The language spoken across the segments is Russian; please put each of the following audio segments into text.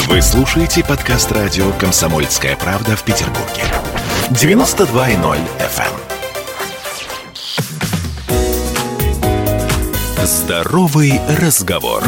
Вы слушаете подкаст радио «Комсомольская правда» в Петербурге. 92.0 FM. Здоровый разговор.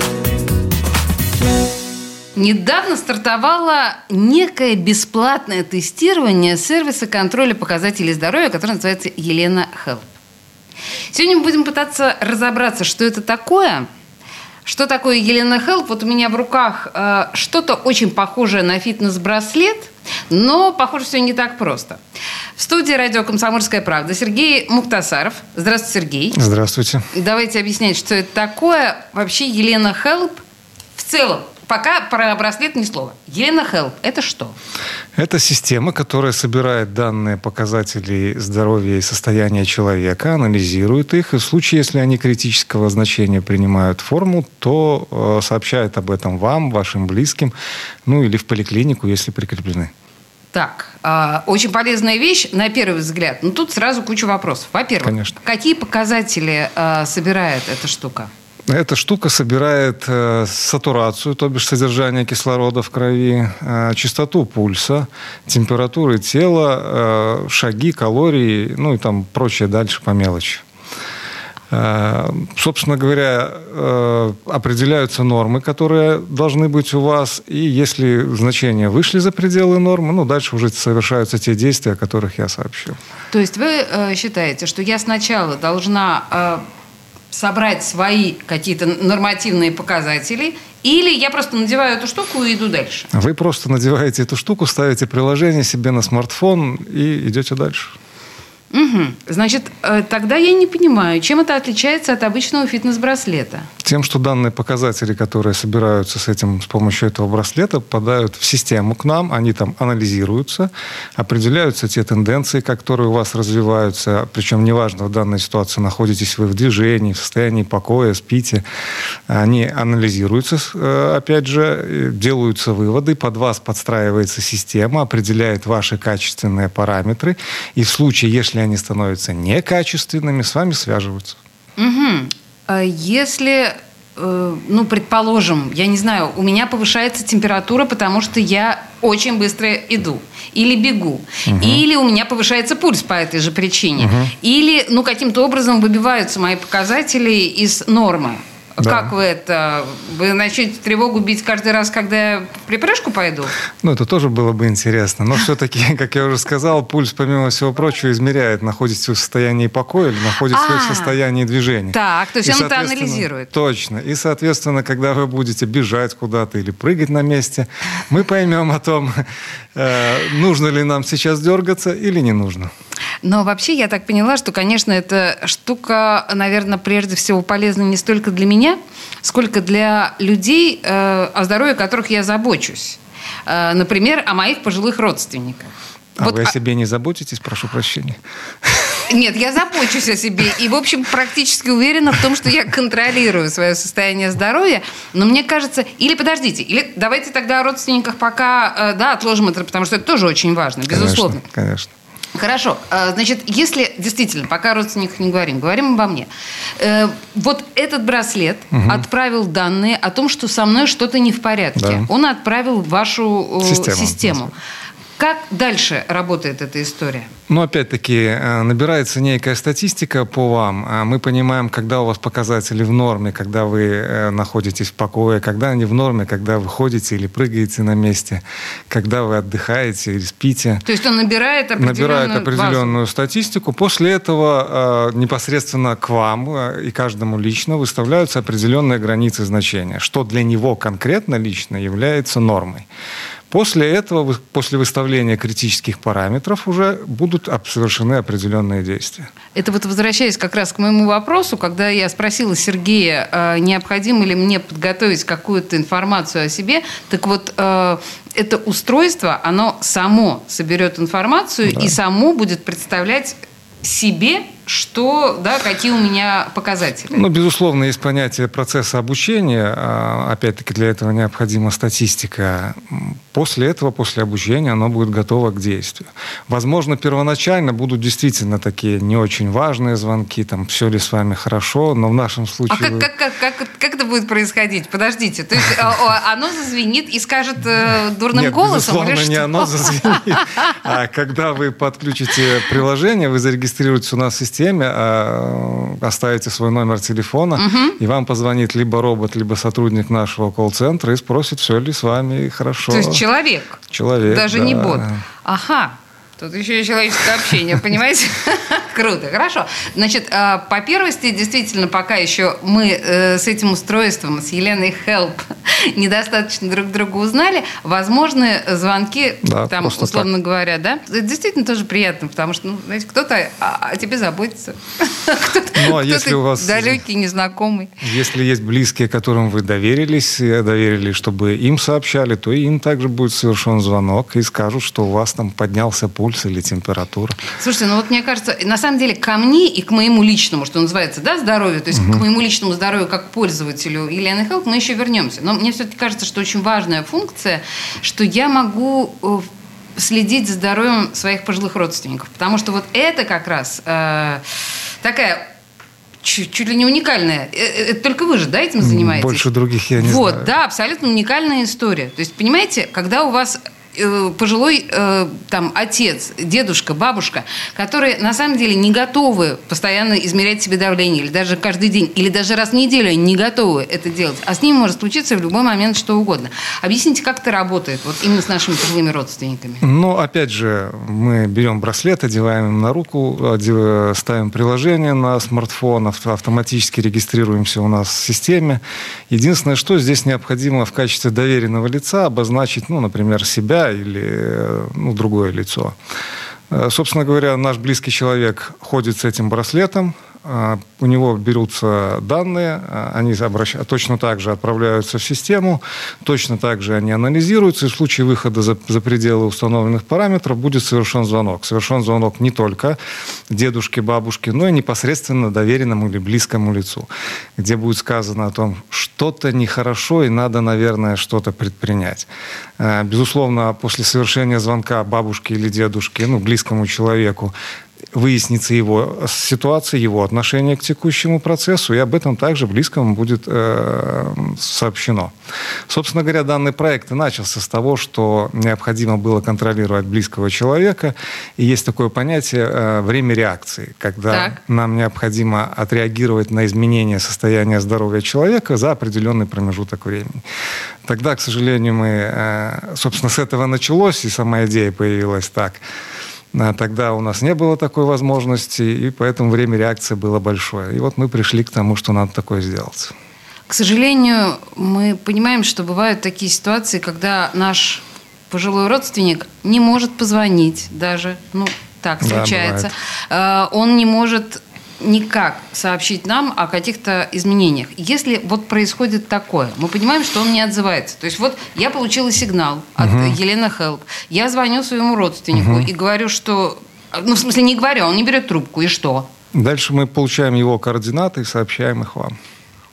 Недавно стартовало некое бесплатное тестирование сервиса контроля показателей здоровья, которое называется Елена Health. Сегодня мы будем пытаться разобраться, что это такое. Что такое Елена Health? Вот у меня в руках что-то очень похожее на фитнес-браслет, но, похоже, все не так просто. В студии радио «Комсомольская правда» Сергей Мухтасаров. Здравствуйте, Сергей. Здравствуйте. Давайте объяснять, что это такое. Вообще Елена Health в целом. Пока про браслет ни слова. Елена Health – это что? Это система, которая собирает данные показателей здоровья и состояния человека, анализирует их, и в случае, если они критического значения принимают форму, то сообщает об этом вам, вашим близким, ну или в поликлинику, если прикреплены. Так, очень полезная вещь, на первый взгляд. Но тут сразу куча вопросов. Во-первых, Конечно. Какие показатели собирает эта штука? Эта штука собирает сатурацию, то бишь содержание кислорода в крови, частоту пульса, температуры тела, шаги, калории, ну и там прочее дальше по мелочи. Собственно говоря, определяются нормы, которые должны быть у вас, и если значения вышли за пределы нормы, ну, дальше уже совершаются те действия, о которых я сообщил. То есть вы считаете, что я сначала должна собрать свои какие-то нормативные показатели, или я просто надеваю эту штуку и иду дальше? Вы просто надеваете эту штуку, ставите приложение себе на смартфон и идете дальше. Угу. Значит, тогда я не понимаю, чем это отличается от обычного фитнес-браслета? Тем, что данные показатели, которые собираются с помощью этого браслета, попадают в систему к нам, они там анализируются, определяются те тенденции, которые у вас развиваются, причем неважно, в данной ситуации находитесь вы в движении, в состоянии покоя, спите, они анализируются, опять же, делаются выводы, под вас подстраивается система, определяет ваши качественные параметры, и в случае, если они становятся некачественными, с вами связываются. Угу. Если, предположим, я не знаю, у меня повышается температура, потому что я очень быстро иду или бегу, или у меня повышается пульс по этой же причине, или, каким-то образом выбиваются мои показатели из нормы. Да. Как вы это? Вы начнете тревогу бить каждый раз, когда я в припрыжку пойду? Это тоже было бы интересно. Но все-таки, как я уже сказал, пульс, помимо всего прочего, измеряет, находитесь вы в состоянии покоя или находитесь вы в состоянии движения. Так, то есть он это анализирует. Точно. И, соответственно, когда вы будете бежать куда-то или прыгать на месте, мы поймем о том, нужно ли нам сейчас дергаться или не нужно. Но вообще я так поняла, что, конечно, эта штука, наверное, прежде всего полезна не столько для меня, сколько для людей, о здоровье которых я забочусь. Например, о моих пожилых родственниках. Вы о себе не заботитесь? Прошу прощения. Нет, я забочусь о себе и, в общем, практически уверена в том, что я контролирую свое состояние здоровья. Но мне кажется... Или подождите, или давайте тогда о родственниках пока отложим это, потому что это тоже очень важно, безусловно. Конечно. Хорошо. Значит, если действительно, пока о родственниках не говорим обо мне. Вот этот браслет отправил данные о том, что со мной что-то не в порядке. Да. Он отправил в вашу систему. Да. Как дальше работает эта история? Опять-таки, набирается некая статистика по вам. Мы понимаем, когда у вас показатели в норме, когда вы находитесь в покое, когда они в норме, когда вы ходите или прыгаете на месте, когда вы отдыхаете или спите. То есть он набирает определенную статистику. После этого непосредственно к вам и каждому лично выставляются определенные границы значения, что для него конкретно лично является нормой. После этого, после выставления критических параметров, уже будут совершены определенные действия. Это возвращаясь как раз к моему вопросу, когда я спросила Сергея, необходимо ли мне подготовить какую-то информацию о себе, так вот, это устройство, оно само соберет информацию и само будет представлять себе, какие у меня показатели. Ну, безусловно, есть понятие процесса обучения. Опять-таки, для этого необходима статистика. После этого, после обучения, оно будет готово к действию. Возможно, первоначально будут действительно такие не очень важные звонки, там, все ли с вами хорошо, но в нашем случае... Как это будет происходить? Подождите, то есть оно зазвенит и скажет дурным голосом? Безусловно, не оно зазвенит. А когда вы подключите приложение, вы зарегистрируетесь у нас в системе, оставите свой номер телефона, и вам позвонит либо робот, либо сотрудник нашего колл-центра и спросит, все ли с вами хорошо. То есть человек? Человек, даже да. Не бот? Ага. Тут еще и человеческое общение, понимаете? Круто, хорошо. Значит, по первости, действительно, пока еще мы с этим устройством, с Еленой Help, недостаточно друг друга узнали, возможны звонки, да, там, условно говоря, да? Это действительно тоже приятно, потому что, знаете, кто-то о тебе заботится. Кто-то далекий, незнакомый. Если есть близкие, которым вы доверили, чтобы им сообщали, то и им также будет совершен звонок и скажут, что у вас там поднялся пульс или температура. Слушайте, ну вот мне кажется, на самом деле ко мне и к моему личному, что называется, да, здоровью, то есть к моему личному здоровью как пользователю Елены Help мы еще вернемся. Но мне все-таки кажется, что очень важная функция, что я могу следить за здоровьем своих пожилых родственников. Потому что вот это как раз такая... Чуть ли не уникальная. Это только вы же, да, этим занимаетесь? Больше других я не знаю. Вот, да, абсолютно уникальная история. То есть, понимаете, когда у вас пожилой там отец, дедушка, бабушка, которые на самом деле не готовы постоянно измерять себе давление, или даже каждый день, или даже раз в неделю они не готовы это делать, а с ними может случиться в любой момент что угодно. Объясните, как это работает вот именно с нашими пожилыми родственниками? Ну, опять же, мы берем браслет, одеваем им на руку, ставим приложение на смартфон, автоматически регистрируемся у нас в системе. Единственное, что здесь необходимо в качестве доверенного лица обозначить, ну, например, себя или другое лицо. Собственно говоря, наш близкий человек ходит с этим браслетом, у него берутся данные, они точно так же отправляются в систему, точно так же они анализируются, и в случае выхода за пределы установленных параметров будет совершен звонок. Совершен звонок не только дедушке, бабушке, но и непосредственно доверенному или близкому лицу, где будет сказано о том, что-то нехорошо и надо, наверное, что-то предпринять. Безусловно, после совершения звонка бабушке или дедушке, близкому человеку, выяснится его ситуация, его отношение к текущему процессу, и об этом также близкому будет сообщено. Собственно говоря, данный проект и начался с того, что необходимо было контролировать близкого человека, и есть такое понятие время реакции, когда нам необходимо отреагировать на изменение состояния здоровья человека за определенный промежуток времени. Тогда, к сожалению, собственно, с этого началось, и сама идея появилась так. Тогда у нас не было такой возможности, и поэтому время реакции было большое. И вот мы пришли к тому, что надо такое сделать. К сожалению, мы понимаем, что бывают такие ситуации, когда наш пожилой родственник не может позвонить даже. Так случается. Да, он не может никак сообщить нам о каких-то изменениях. Если вот происходит такое, мы понимаем, что он не отзывается. То есть вот я получила сигнал от Елены Help, я звоню своему родственнику и говорю, что... в смысле, не говорю, он не берет трубку, и что? Дальше мы получаем его координаты и сообщаем их вам.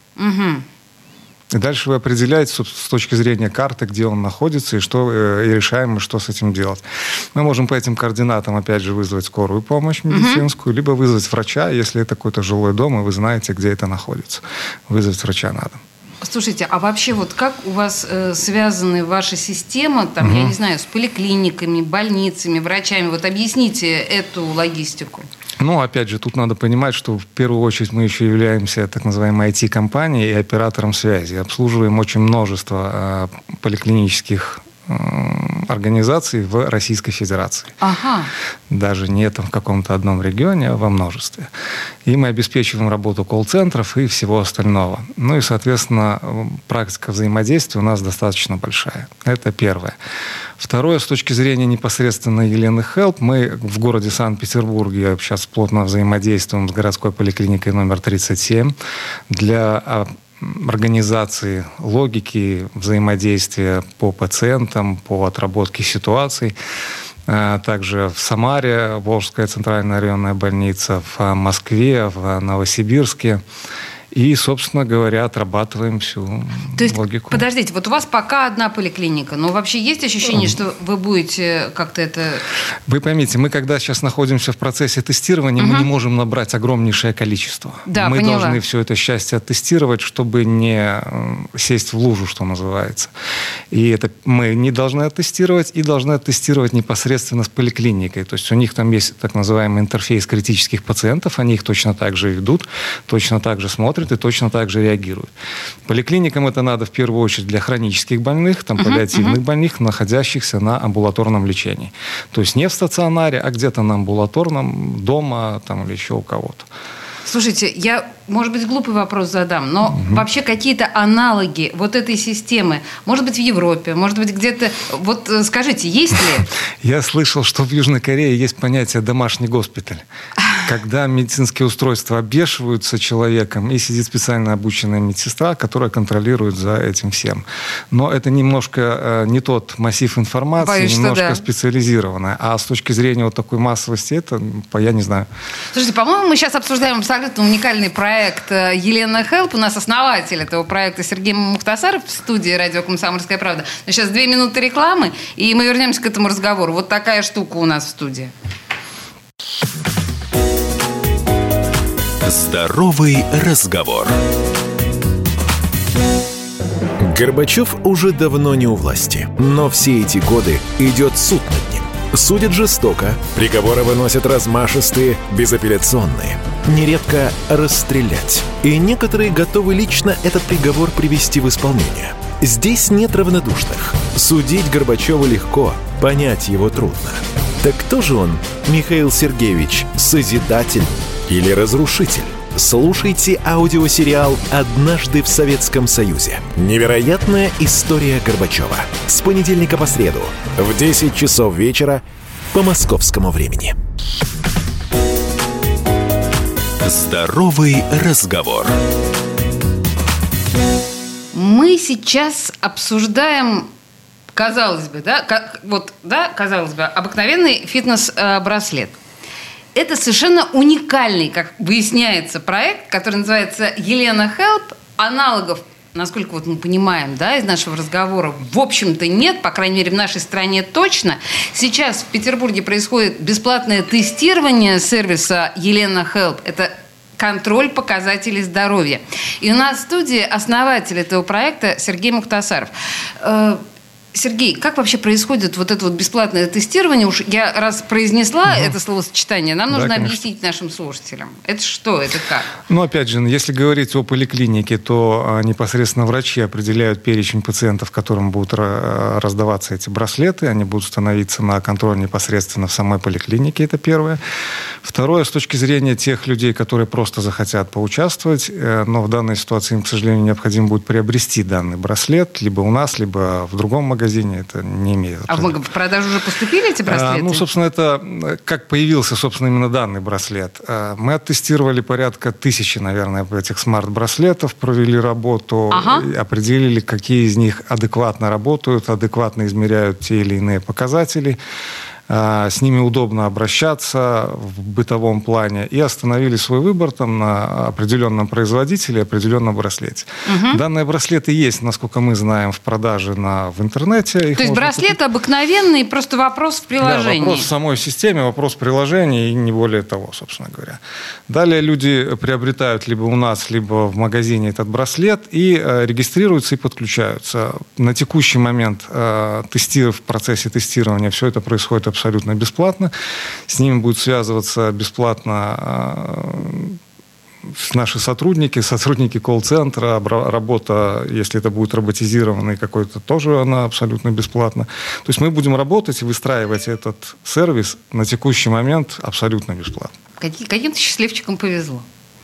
И дальше вы определяете с точки зрения карты, где он находится, и решаем, что с этим делать. Мы можем по этим координатам, опять же, вызвать скорую помощь медицинскую, либо вызвать врача, если это какой-то жилой дом, и вы знаете, где это находится. Вызвать врача надо. Слушайте, а вообще вот как у вас связаны ваши системы, я не знаю, с поликлиниками, больницами, врачами? Вот объясните эту логистику. Опять же, тут надо понимать, что в первую очередь мы еще являемся так называемой IT-компанией и оператором связи. Обслуживаем очень множество поликлинических организаций в Российской Федерации. Даже не в каком-то одном регионе, а во множестве. И мы обеспечиваем работу колл-центров и всего остального. И, соответственно, практика взаимодействия у нас достаточно большая. Это первое. Второе, с точки зрения непосредственно Елены Help, мы в городе Санкт-Петербурге сейчас плотно взаимодействуем с городской поликлиникой номер 37 для организации логики взаимодействия по пациентам, по отработке ситуаций. также в Самаре, Волжская центральная районная больница, в Москве, в Новосибирске. И, собственно говоря, отрабатываем всю логику. Подождите, вот у вас пока одна поликлиника, но вообще есть ощущение, что вы будете как-то это... Вы поймите, мы когда сейчас находимся в процессе тестирования, мы не можем набрать огромнейшее количество. Да, мы поняла. должны все это счастье оттестировать, чтобы не сесть в лужу, что называется. И это мы не должны оттестировать, и должны оттестировать непосредственно с поликлиникой. То есть у них там есть так называемый интерфейс критических пациентов, они их точно так же ведут, точно так же смотрят и точно так же реагируют. Поликлиникам это надо в первую очередь для хронических больных, там, паллиативных больных, находящихся на амбулаторном лечении. То есть не в стационаре, а где-то на амбулаторном, дома там, или еще у кого-то. Слушайте, я, может быть, глупый вопрос задам, но вообще какие-то аналоги вот этой системы, может быть, в Европе, может быть, где-то... Вот скажите, есть ли? Я слышал, что в Южной Корее есть понятие «домашний госпиталь». Когда медицинские устройства обвешиваются человеком, и сидит специально обученная медсестра, которая контролирует за этим всем. Но это немножко не тот массив информации, боюсь, немножко да. специализированное. А с точки зрения вот такой массовости, это, я не знаю. Слушайте, по-моему, мы сейчас обсуждаем абсолютно уникальный проект Елена Хелп. У нас основатель этого проекта Сергей Мухтасаров в студии радио «Комсомольская правда». Но сейчас 2 минуты рекламы, и мы вернемся к этому разговору. Вот такая штука у нас в студии. Здоровый разговор. Горбачев уже давно не у власти, но все эти годы идет суд над ним. Судят жестоко, приговоры выносят размашистые, безапелляционные. Нередко расстрелять. И некоторые готовы лично этот приговор привести в исполнение. Здесь нет равнодушных. Судить Горбачева легко, понять его трудно. Так кто же он, Михаил Сергеевич, созидатель или разрушитель? Слушайте аудиосериал «Однажды в Советском Союзе». Невероятная история Горбачева. С понедельника по среду в 10 часов вечера по московскому времени. Здоровый разговор. Мы сейчас обсуждаем, казалось бы, обыкновенный фитнес-браслет. Это совершенно уникальный, как выясняется, проект, который называется «Елена Хелп». Аналогов, насколько вот мы понимаем, да, из нашего разговора, в общем-то нет, по крайней мере, в нашей стране точно. Сейчас в Петербурге происходит бесплатное тестирование сервиса «Елена Хелп». Это контроль показателей здоровья. И у нас в студии основатель этого проекта Сергей Мухтасаров. Сергей, как вообще происходит вот это вот бесплатное тестирование? Уж я раз произнесла это словосочетание, нам нужно объяснить нашим слушателям. Это что, это как? Ну, опять же, если говорить о поликлинике, то непосредственно врачи определяют перечень пациентов, которым будут раздаваться эти браслеты. Они будут становиться на контроль непосредственно в самой поликлинике, это первое. Второе, с точки зрения тех людей, которые просто захотят поучаствовать, но в данной ситуации им, к сожалению, необходимо будет приобрести данный браслет либо у нас, либо в другом магазине. Это не имеет. А в продажу уже поступили эти браслеты? Ну, собственно, это как появился, собственно, именно данный браслет. Мы оттестировали порядка 1000, наверное, этих смарт-браслетов, провели работу, определили, какие из них адекватно работают, адекватно измеряют те или иные показатели. С ними удобно обращаться в бытовом плане, и остановили свой выбор там, на определенном производителе, определенном браслете. Данные браслеты есть, насколько мы знаем, в продаже в интернете. То есть браслет купить обыкновенный, просто вопрос в приложении? Да, вопрос в самой системе, вопрос в приложении, и не более того, собственно говоря. Далее люди приобретают либо у нас, либо в магазине этот браслет и регистрируются и подключаются. На текущий момент в процессе тестирования все это происходит абсолютно бесплатно. С ними будут связываться бесплатно наши сотрудники колл-центра. Работа, если это будет роботизированный какой-то, тоже она абсолютно бесплатна. То есть мы будем работать и выстраивать этот сервис на текущий момент абсолютно бесплатно. Каким-то счастливчикам повезло.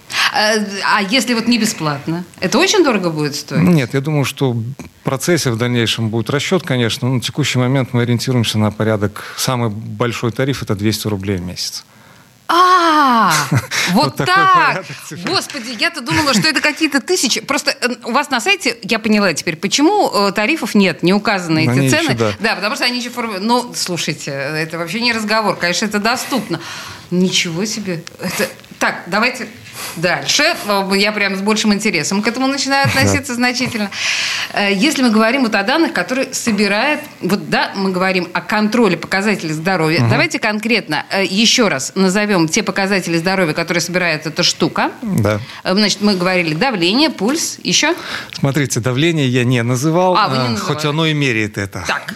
А если вот не бесплатно? Это очень дорого будет стоить? Нет, я думаю, что в процессе в дальнейшем будет расчет, конечно. Но на текущий момент мы ориентируемся на порядок. Самый большой тариф – это 200 рублей в месяц. Вот так! Господи, я-то думала, что это какие-то тысячи. Просто у вас на сайте, я поняла теперь, почему тарифов нет, не указаны эти цены. Еще, да, потому что они еще формируют. Ну, слушайте, это вообще не разговор. Конечно, это доступно. Ничего себе. Так, давайте дальше. Я прям с большим интересом к этому начинаю относиться значительно. Если мы говорим о данных, которые собирает... мы говорим о контроле показателей здоровья. Давайте конкретно еще раз назовем те показатели здоровья, которые собирает эта штука. Да. Значит, мы говорили давление, пульс, еще? Смотрите, давление я не называл, вы не называли. хоть оно и меряет это. Так.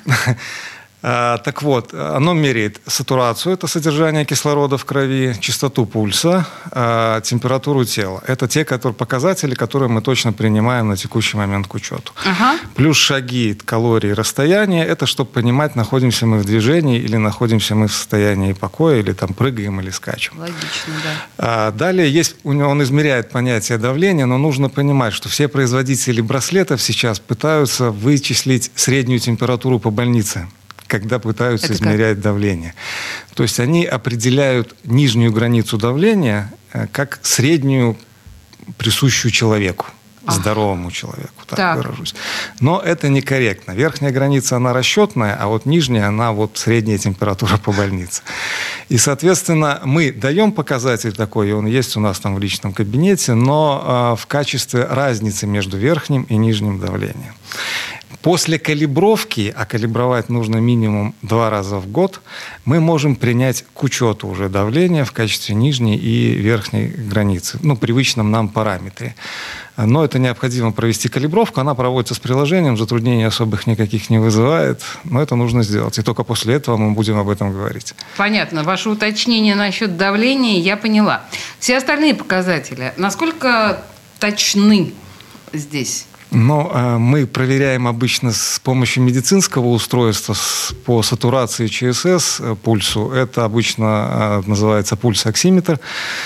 Так вот, оно меряет сатурацию, это содержание кислорода в крови, частоту пульса, температуру тела. Это те показатели, которые мы точно принимаем на текущий момент к учету. Плюс шаги, калории, расстояние. Это чтобы понимать, находимся мы в движении или находимся мы в состоянии покоя, или там прыгаем или скачем. Логично, да. Далее он измеряет понятие давления, но нужно понимать, что все производители браслетов сейчас пытаются вычислить среднюю температуру по больнице, когда пытаются измерять давление. То есть они определяют нижнюю границу давления как среднюю, присущую человеку, здоровому человеку, так выражусь. Но это некорректно. Верхняя граница, она расчетная, а вот нижняя, она средняя температура по больнице. И, соответственно, мы даем показатель такой, и он есть у нас там в личном кабинете, но в качестве разницы между верхним и нижним давлением. После калибровки, а калибровать нужно минимум 2 раза в год, мы можем принять к учету уже давление в качестве нижней и верхней границы, привычном нам параметре. Но это необходимо провести калибровку, она проводится с приложением, затруднений особых никаких не вызывает, но это нужно сделать. И только после этого мы будем об этом говорить. Понятно. Ваше уточнение насчет давления я поняла. Все остальные показатели, насколько точны здесь? Мы проверяем обычно с помощью медицинского устройства по сатурации ЧСС, пульсу. Это обычно называется пульсоксиметр.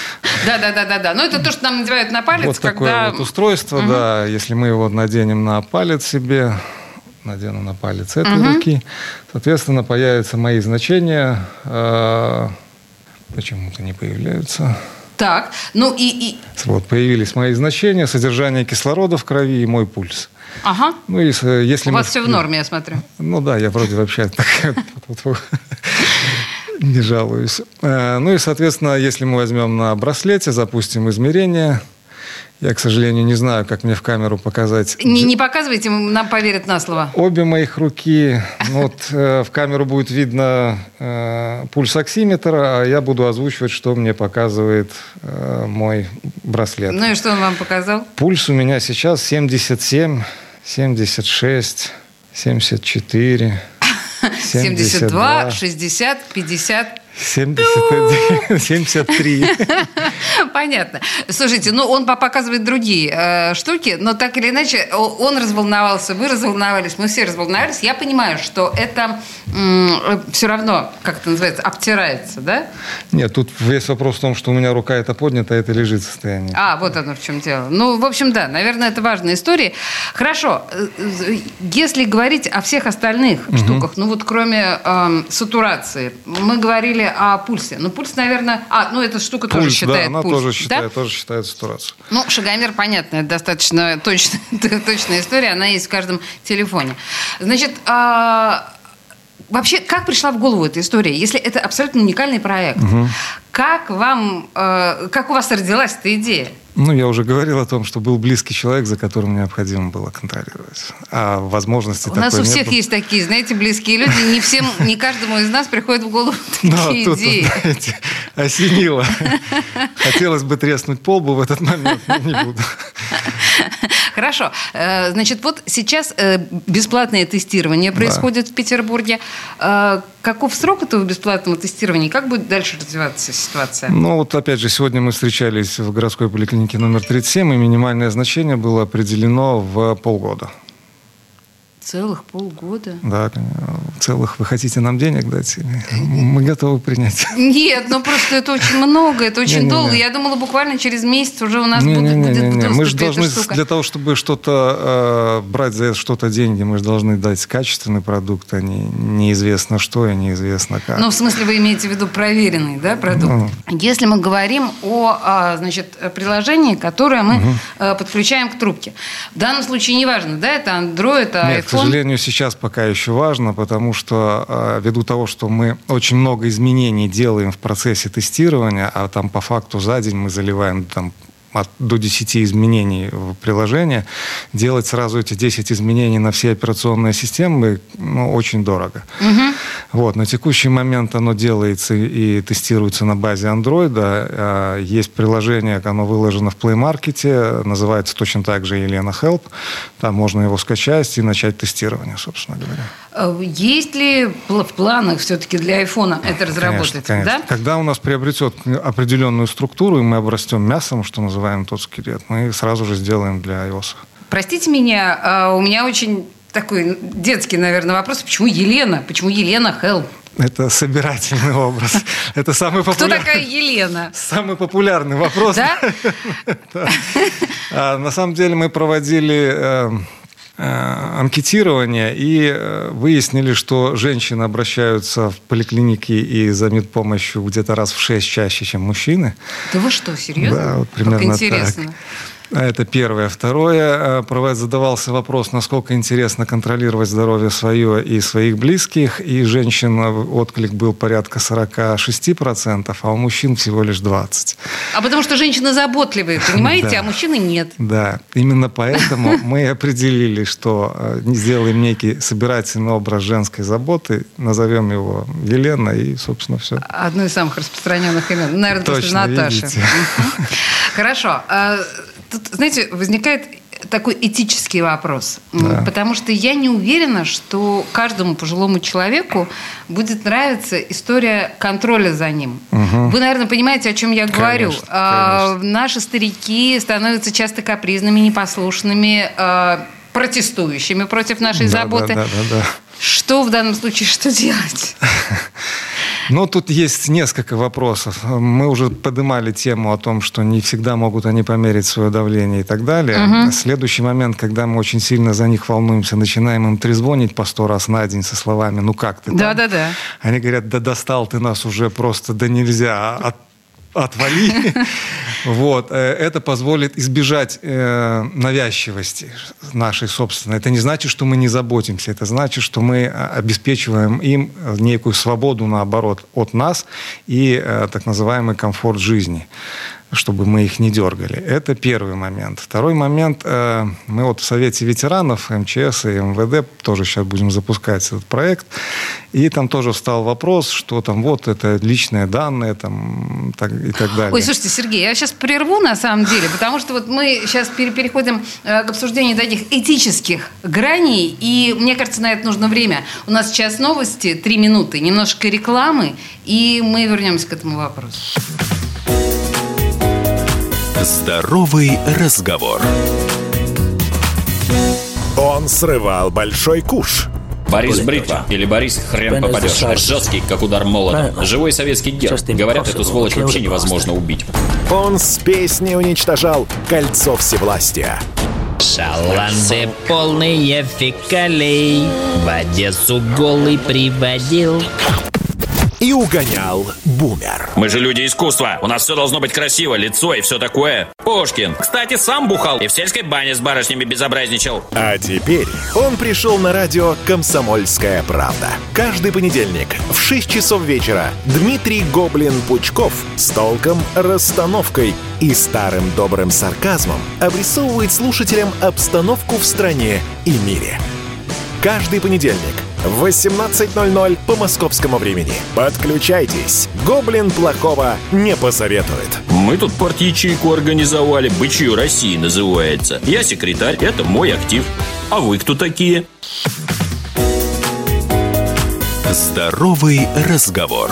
Да. Но это то, что нам надевают на палец, такое устройство, да. Если мы его наденем на палец себе, надену на палец этой руки, соответственно, появятся мои значения. Почему-то не появляются. Так, появились мои значения, содержание кислорода в крови и мой пульс. Ага. Если у вас все в норме, я смотрю. Я вроде вообще так не жалуюсь. И, соответственно, если мы возьмем на браслете, запустим измерение. Я, к сожалению, не знаю, как мне в камеру показать. Не показывайте, нам поверят на слово. Обе моих руки. В камеру будет видно пульсоксиметр, а я буду озвучивать, что мне показывает мой браслет. И что он вам показал? Пульс у меня сейчас 77, 76, 74, 72, 60, 50... 71, 73. Понятно. Слушайте, он показывает другие штуки, но так или иначе он разволновался, вы разволновались, мы все разволновались. Я понимаю, что это все равно, как это называется, обтирается, да? Нет, тут весь вопрос в том, что у меня рука эта поднята, а это лежит в состоянии. Вот оно в чем дело. В общем, да, наверное, это важная история. Хорошо, если говорить о всех остальных штуках, кроме сатурации, мы говорили о пульсе. Пульс, наверное... эта штука пульс, тоже считает она пульс. тоже считает сатурацию. Шагомер, понятно, это достаточно точная история, она есть в каждом телефоне. Значит, вообще, как пришла в голову эта история, если это абсолютно уникальный проект? Как у вас родилась эта идея? Я уже говорил о том, что был близкий человек, за которым необходимо было контролировать. А возможности такой нет. У нас у всех было. Есть такие, знаете, близкие люди. Не каждому из нас приходит в голову такие идеи. Знаете, осенило. Хотелось бы треснуть по лбу в этот момент, но не буду. Хорошо. Значит, сейчас бесплатное тестирование происходит в Петербурге. Каков срок этого бесплатного тестирования? Как будет дальше развиваться ситуация? Опять же, сегодня мы встречались в городской поликлинике номер 37, и минимальное значение было определено в полгода. Целых полгода? Да, целых. Вы хотите нам денег дать? Мы готовы принять. Нет, просто это очень много, это очень долго. Я думала, буквально через месяц уже у нас будет в доступе мы же должны эта штука. для того, чтобы что-то брать за что-то деньги, мы же должны дать качественный продукт, а не неизвестно что и неизвестно как. В смысле, вы имеете в виду проверенный, да, продукт? Если мы говорим о, приложении, которое мы подключаем к трубке. В данном случае не важно, да, это Android, это iPhone. Нет, к сожалению, сейчас пока еще важно, потому что ввиду того, что мы очень много изменений делаем в процессе тестирования, а там по факту за день мы заливаем до 10 изменений в приложение, делать сразу эти 10 изменений на все операционные системы очень дорого. На текущий момент оно делается и тестируется на базе Android. Есть приложение, оно выложено в Play Market, называется точно так же Елена Help. Там можно его скачать и начать тестирование, собственно говоря. Есть ли в планах все-таки для айфона это разработать? Конечно. Да? Когда у нас приобретет определенную структуру, и мы обрастем мясом, что называем тот скелет, мы сразу же сделаем для iOS. Простите меня, у меня очень такой детский, наверное, вопрос. Почему Елена? Почему Елена Help? Это собирательный образ. Это самый популярный. Кто такая Елена? Самый популярный вопрос. Да? На самом деле мы проводили анкетирование и выяснили, что женщины обращаются в поликлиники и за медпомощью где-то раз в 6 чаще, чем мужчины. Да вы что, серьезно? Да, вот примерно как интересно. Так. Это первое. Второе, задавался вопрос, насколько интересно контролировать здоровье свое и своих близких. И женщин отклик был порядка 46%, а у мужчин всего лишь 20%. А потому что женщины заботливые, понимаете, а мужчины нет. Да, именно поэтому мы определили, что сделаем некий собирательный образ женской заботы, назовем его Елена, и, собственно, все. Одно из самых распространенных имен. Наверное, точно, после Наташи. Хорошо. Тут, знаете, возникает такой этический вопрос. Да. Потому что я не уверена, что каждому пожилому человеку будет нравиться история контроля за ним. Вы, наверное, понимаете, о чем я говорю. Конечно. Наши старики становятся часто капризными, непослушными, протестующими против нашей заботы. Да. Что в данном случае, что делать? Тут есть несколько вопросов. Мы уже поднимали тему о том, что не всегда могут они померить свое давление и так далее. Следующий момент, когда мы очень сильно за них волнуемся, начинаем им трезвонить по 100 раз на день со словами «ну как ты там?». Да. Они говорят: да достал ты нас уже просто, да нельзя, отвали. Это позволит избежать навязчивости нашей собственной. Это не значит, что мы не заботимся. Это значит, что мы обеспечиваем им некую свободу, наоборот, от нас и так называемый комфорт жизни, чтобы мы их не дергали. Это первый момент. Второй момент. Мы в Совете ветеранов МЧС и МВД тоже сейчас будем запускать этот проект. И там тоже встал вопрос, что там это личные данные и так далее. Ой, слушайте, Сергей, я сейчас прерву на самом деле, потому что мы сейчас переходим к обсуждению таких этических граней, и мне кажется, на это нужно время. У нас сейчас новости, 3 минуты, немножко рекламы, и мы вернемся к этому вопросу. Здоровый разговор. Он срывал большой куш. Борис Бритва или Борис Хрен попадешь. Жесткий, как удар молота. Живой советский герб. Говорят, эту сволочь вообще невозможно убить. Он с песней уничтожал кольцо всевластия. Шаланды полные фекалей в Одессу голый приводил. И угонял бумер. Мы же люди искусства. У нас все должно быть красиво, лицо и все такое. Пушкин, кстати, сам бухал и в сельской бане с барышнями безобразничал. А теперь он пришел на радио «Комсомольская правда». Каждый понедельник в 6 часов вечера Дмитрий Гоблин-Пучков с толком, расстановкой и старым добрым сарказмом обрисовывает слушателям обстановку в стране и мире. Каждый понедельник в 18:00 по московскому времени. Подключайтесь. Гоблин плохого не посоветует. Мы тут парт-ячейку организовали. «Бычью России» называется. Я секретарь, это мой актив. А вы кто такие? Здоровый разговор.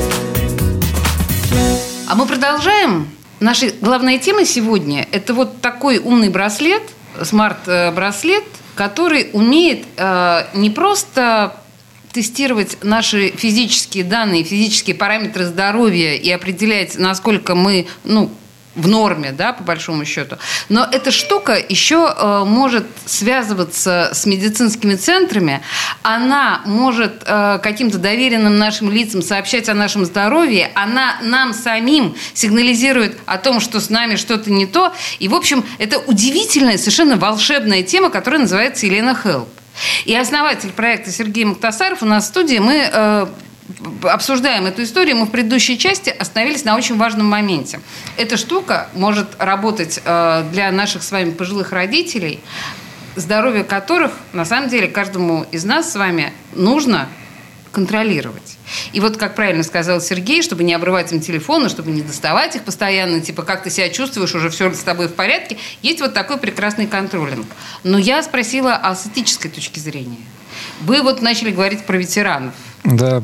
А мы продолжаем. Наша главная тема сегодня – это такой умный браслет, смарт-браслет, который умеет не просто тестировать наши физические данные, физические параметры здоровья и определять, насколько мы, в норме, да, по большому счету. Но эта штука еще может связываться с медицинскими центрами. Она может каким-то доверенным нашим лицам сообщать о нашем здоровье. Она нам самим сигнализирует о том, что с нами что-то не то. И, в общем, это удивительная, совершенно волшебная тема, которая называется Елена Хелп. И основатель проекта Сергей Мухтасаров у нас в студии. Мы обсуждаем эту историю, мы в предыдущей части остановились на очень важном моменте. Эта штука может работать для наших с вами пожилых родителей, здоровье которых, на самом деле, каждому из нас с вами нужно контролировать. И вот, как правильно сказал Сергей, чтобы не обрывать им телефоны, чтобы не доставать их постоянно, типа, как ты себя чувствуешь, уже все с тобой в порядке, есть вот такой прекрасный контролинг. Но я спросила с этической точки зрения. Вы вот начали говорить про ветеранов. Да.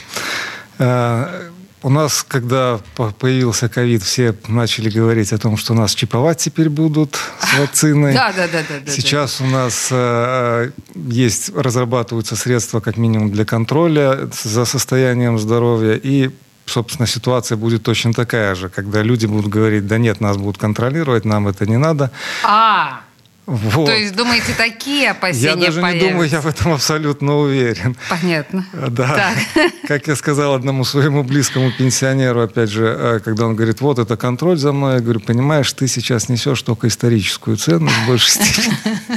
У нас, когда появился ковид, все начали говорить о том, что нас чиповать теперь будут с вакциной. Да. Сейчас у нас разрабатываются средства, как минимум, для контроля за состоянием здоровья. И, собственно, ситуация будет точно такая же, когда люди будут говорить: да нет, нас будут контролировать, нам это не надо. Вот. То есть, думаете, такие опасения появятся? Я даже не думаю, я в этом абсолютно уверен. Понятно. Да. Как я сказал одному своему близкому пенсионеру, опять же, когда он говорит: вот это контроль за мной, я говорю: понимаешь, ты сейчас несешь только историческую ценность в большей степени.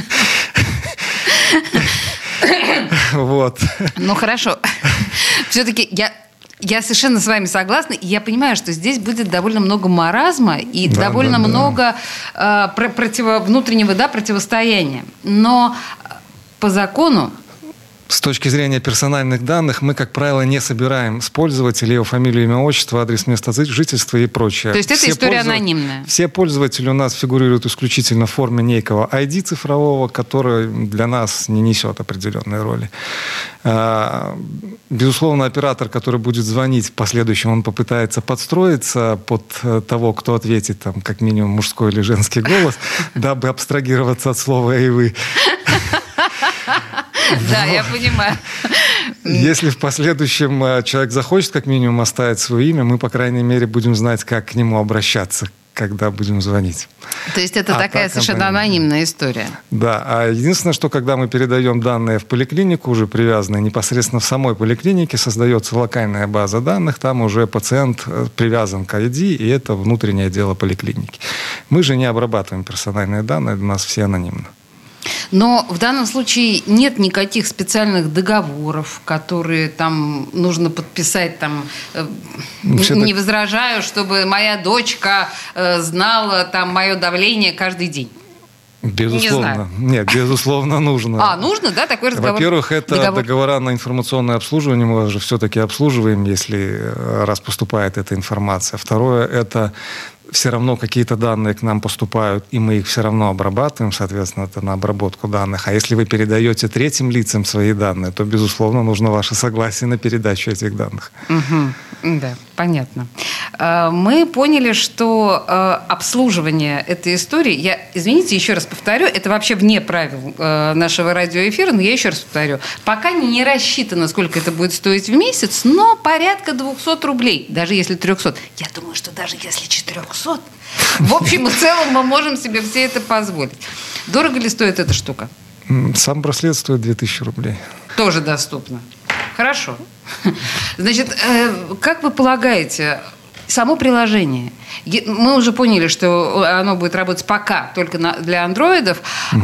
Вот. Ну, хорошо. Все-таки я совершенно с вами согласна, и я понимаю, что здесь будет довольно много маразма и довольно много внутреннего противостояния. Но по закону... С точки зрения персональных данных, мы, как правило, не собираем с пользователя его фамилию, имя, отчество, адрес места жительства и прочее. То есть это история анонимная? Все пользователи у нас фигурируют исключительно в форме некого ID цифрового, который для нас не несет определенной роли. Безусловно, оператор, который будет звонить, в последующем он попытается подстроиться под того, кто ответит, там, как минимум, мужской или женский голос, дабы абстрагироваться от слова «и вы». Да, я понимаю. Если в последующем человек захочет как минимум оставить свое имя, мы, по крайней мере, будем знать, как к нему обращаться, когда будем звонить. То есть это такая совершенно анонимная история. Да. А единственное, что когда мы передаем данные в поликлинику, уже привязанные непосредственно в самой поликлинике, создается локальная база данных, там уже пациент привязан к ID, и это внутреннее дело поликлиники. Мы же не обрабатываем персональные данные, у нас все анонимно. Но в данном случае нет никаких специальных договоров, которые там нужно подписать. Там, не возражаю, чтобы моя дочка знала там мое давление каждый день. Безусловно. Нет, безусловно, нужно. Нужно, да, такой разговор? Во-первых, это договора на информационное обслуживание. Мы же все-таки обслуживаем, раз поступает эта информация. Второе, это все равно какие-то данные к нам поступают, и мы их все равно обрабатываем, соответственно, это на обработку данных. А если вы передаете третьим лицам свои данные, то, безусловно, нужно ваше согласие на передачу этих данных. Да, понятно. Мы поняли, что обслуживание этой истории, извините, еще раз повторю, это вообще вне правил нашего радиоэфира, но я еще раз повторю, пока не рассчитано, сколько это будет стоить в месяц, но порядка 200 рублей, даже если 300. Я думаю, что даже если 400, в общем и целом мы можем себе все это позволить. Дорого ли стоит эта штука? Сам браслет стоит 2000 рублей. Тоже доступно. Хорошо. Значит, как вы полагаете, само приложение, мы уже поняли, что оно будет работать пока только для андроидов,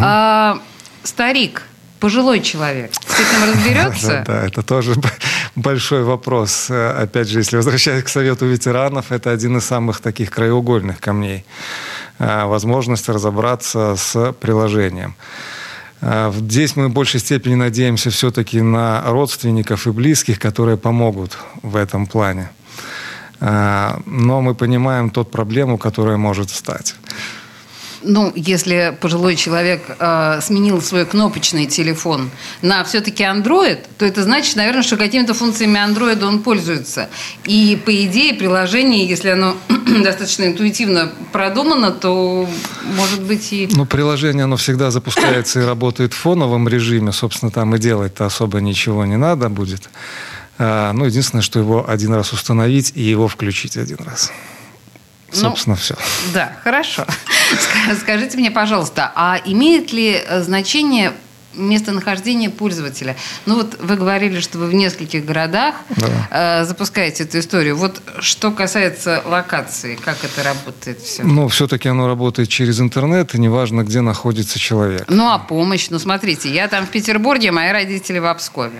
старик, пожилой человек, с этим разберется? Да, это тоже большой вопрос. Опять же, если возвращаясь к Совету ветеранов, это один из самых таких краеугольных камней. Возможность разобраться с приложением. Здесь мы в большей степени надеемся все-таки на родственников и близких, которые помогут в этом плане. Но мы понимаем ту проблему, которая может встать. Ну, если пожилой человек сменил свой кнопочный телефон на все-таки Android, то это значит, наверное, что какими-то функциями Android он пользуется. И, по идее, приложение, если оно достаточно интуитивно продумано, то, может быть, и... Ну, приложение, оно всегда запускается и работает в фоновом режиме. Собственно, там и делать-то особо ничего не надо будет. Ну, единственное, что его один раз установить и его включить один раз. Собственно, все. Да, хорошо. Скажите мне, пожалуйста, а имеет ли значение местонахождение пользователя? Ну вот вы говорили, что вы в нескольких городах запускаете эту историю. Вот что касается локации, как это работает все? Ну, все-таки оно работает через интернет, и неважно, где находится человек. Ну, а помощь? Ну, смотрите, я там в Петербурге, мои родители в Пскове.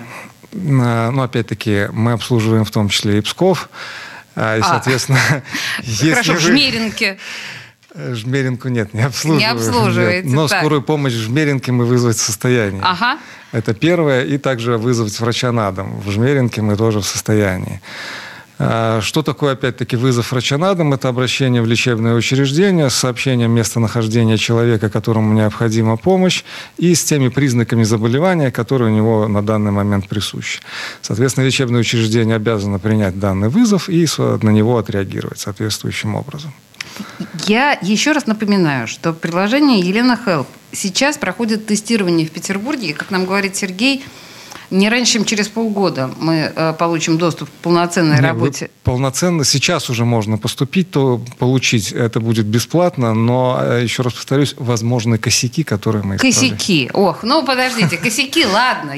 Ну, опять-таки, мы обслуживаем в том числе и Псков. И, соответственно, хорошо, в Жмеринке. Жмеринку нет, не обслуживаем. Не обслуживаете. Нет. Но скорую помощь в Жмеринке мы вызвать в состоянии. Ага. Это первое. И также вызвать врача на дом. В Жмеринке мы тоже в состоянии. Что такое, опять-таки, вызов врача на дом? Это обращение в лечебное учреждение с сообщением местонахождения человека, которому необходима помощь, и с теми признаками заболевания, которые у него на данный момент присущи. Соответственно, лечебное учреждение обязано принять данный вызов и на него отреагировать соответствующим образом. Я еще раз напоминаю, что приложение «Елена Help» сейчас проходит тестирование в Петербурге, и, как нам говорит Сергей, не раньше, чем через полгода мы получим доступ к полноценной работе. Полноценно. Сейчас уже можно поступить, то получить это будет бесплатно, но, еще раз повторюсь, возможны косяки, которые мы исправляем. Косяки. Ох, ну подождите, косяки, ладно.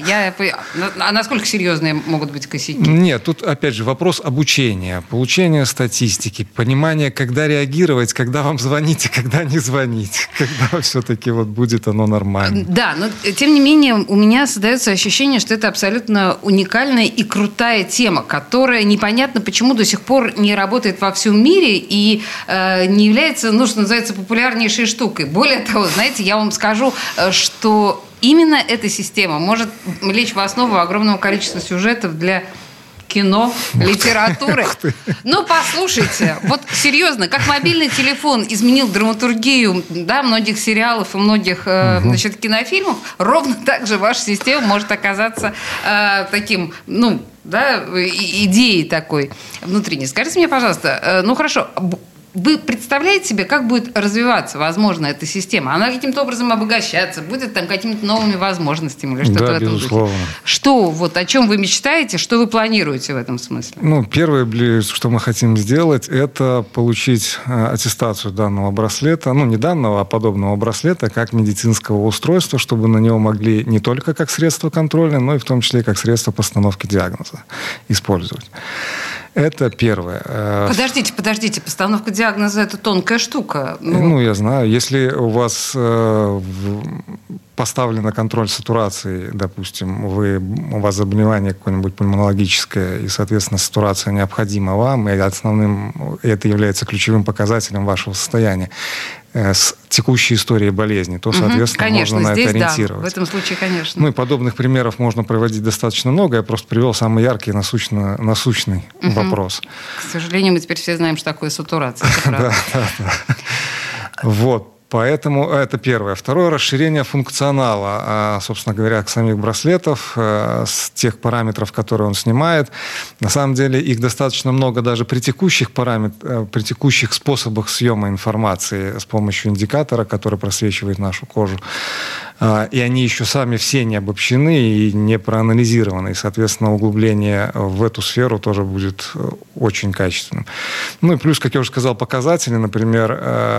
А насколько серьезные могут быть косяки? Нет, тут опять же вопрос обучения, получения статистики, понимания, когда реагировать, когда вам звонить и когда не звонить, когда все-таки вот будет оно нормально. Да, но тем не менее у меня создается ощущение, что это абсолютно уникальная и крутая тема, которая непонятно почему до сих пор не работает во всем мире и не является, ну, что называется, популярнейшей штукой. Более того, знаете, я вам скажу, что именно эта система может лечь в основу огромного количества сюжетов для кино, литературы. Ну, послушайте, вот серьезно, как мобильный телефон изменил драматургию, да, многих сериалов и многих, значит, кинофильмов, ровно так же ваша система может оказаться таким, ну, да, идеей такой внутренней. Скажите мне, пожалуйста, ну, хорошо, вы представляете себе, как будет развиваться, возможно, эта система? Она каким-то образом обогащаться, будет там какими-то новыми возможностями или что-то в этом безусловно. духе? Что, вот о чем вы мечтаете, что вы планируете в этом смысле? Ну, первое, что мы хотим сделать, это получить аттестацию данного браслета, ну, не данного, а подобного браслета, как медицинского устройства, чтобы на него могли не только как средство контроля, но и в том числе как средство постановки диагноза использовать. Это первое. Подождите, постановка диагноза – это тонкая штука. Ну, я знаю. Если у вас поставлен контроль сатурации, допустим, у вас заболевание какое-нибудь пульмонологическое, и, соответственно, сатурация необходима вам, и это является ключевым показателем вашего состояния с текущей историей болезни, то, соответственно, конечно, можно на здесь, это ориентировать. Да, в этом случае, конечно. Ну и подобных примеров можно проводить достаточно много. Я просто привел самый яркий насущный вопрос. К сожалению, мы теперь все знаем, что такое сатурация. Да. Вот. Поэтому это первое. Второе, расширение функционала, собственно говоря, самих браслетов, с тех параметров, которые он снимает. На самом деле их достаточно много даже при текущих способах съема информации с помощью индикатора, который просвечивает нашу кожу. И они еще сами все не обобщены и не проанализированы. И, соответственно, углубление в эту сферу тоже будет очень качественным. Ну и плюс, как я уже сказал, показатели, например,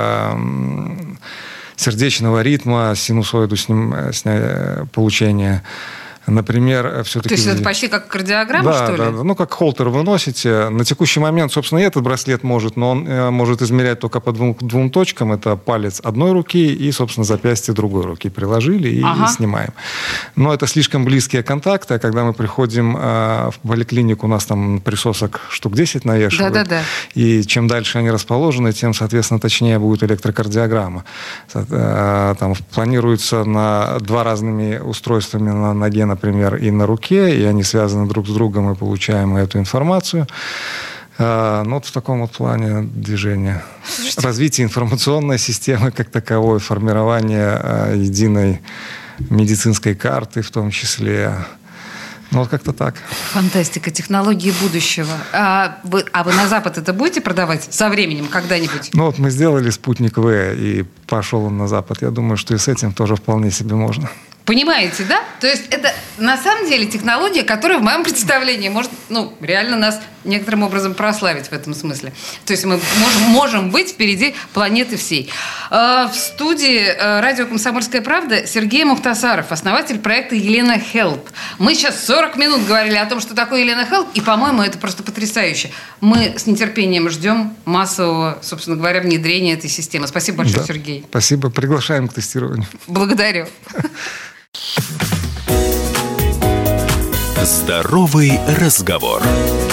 сердечного ритма, синусоиду получения. Например, все-таки... То есть это почти как кардиограмма, что ли? Да, ну как холтер вы носите. На текущий момент, собственно, и этот браслет может, но он может измерять только по двум точкам. Это палец одной руки и, собственно, запястье другой руки. Приложили и снимаем. Но это слишком близкие контакты, а когда мы приходим в поликлинику, у нас там присосок штук 10 навешивают. Да. И чем дальше они расположены, тем, соответственно, точнее будет электрокардиограмма. Там планируется на 2 разными устройствами на ноге, например, и на руке, и они связаны друг с другом, и получаем эту информацию. Вот в таком вот плане движения. Развитие информационной системы как таковой, формирование единой медицинской карты в том числе. Вот как-то так. Фантастика, технологии будущего. А вы на Запад это будете продавать со временем когда-нибудь? Вот мы сделали спутник В, и пошел он на Запад. Я думаю, что и с этим тоже вполне себе можно. Понимаете, да? То есть это на самом деле технология, которая в моем представлении может, реально нас некоторым образом прославить в этом смысле. То есть мы можем быть впереди планеты всей. В студии радио «Комсомольская правда» Сергей Мухтасаров, основатель проекта «Елена Help». Мы сейчас 40 минут говорили о том, что такое «Елена Help», и, по-моему, это просто потрясающе. Мы с нетерпением ждем массового, собственно говоря, внедрения этой системы. Спасибо большое, да, Сергей. Спасибо. Приглашаем к тестированию. Благодарю. Здоровый разговор.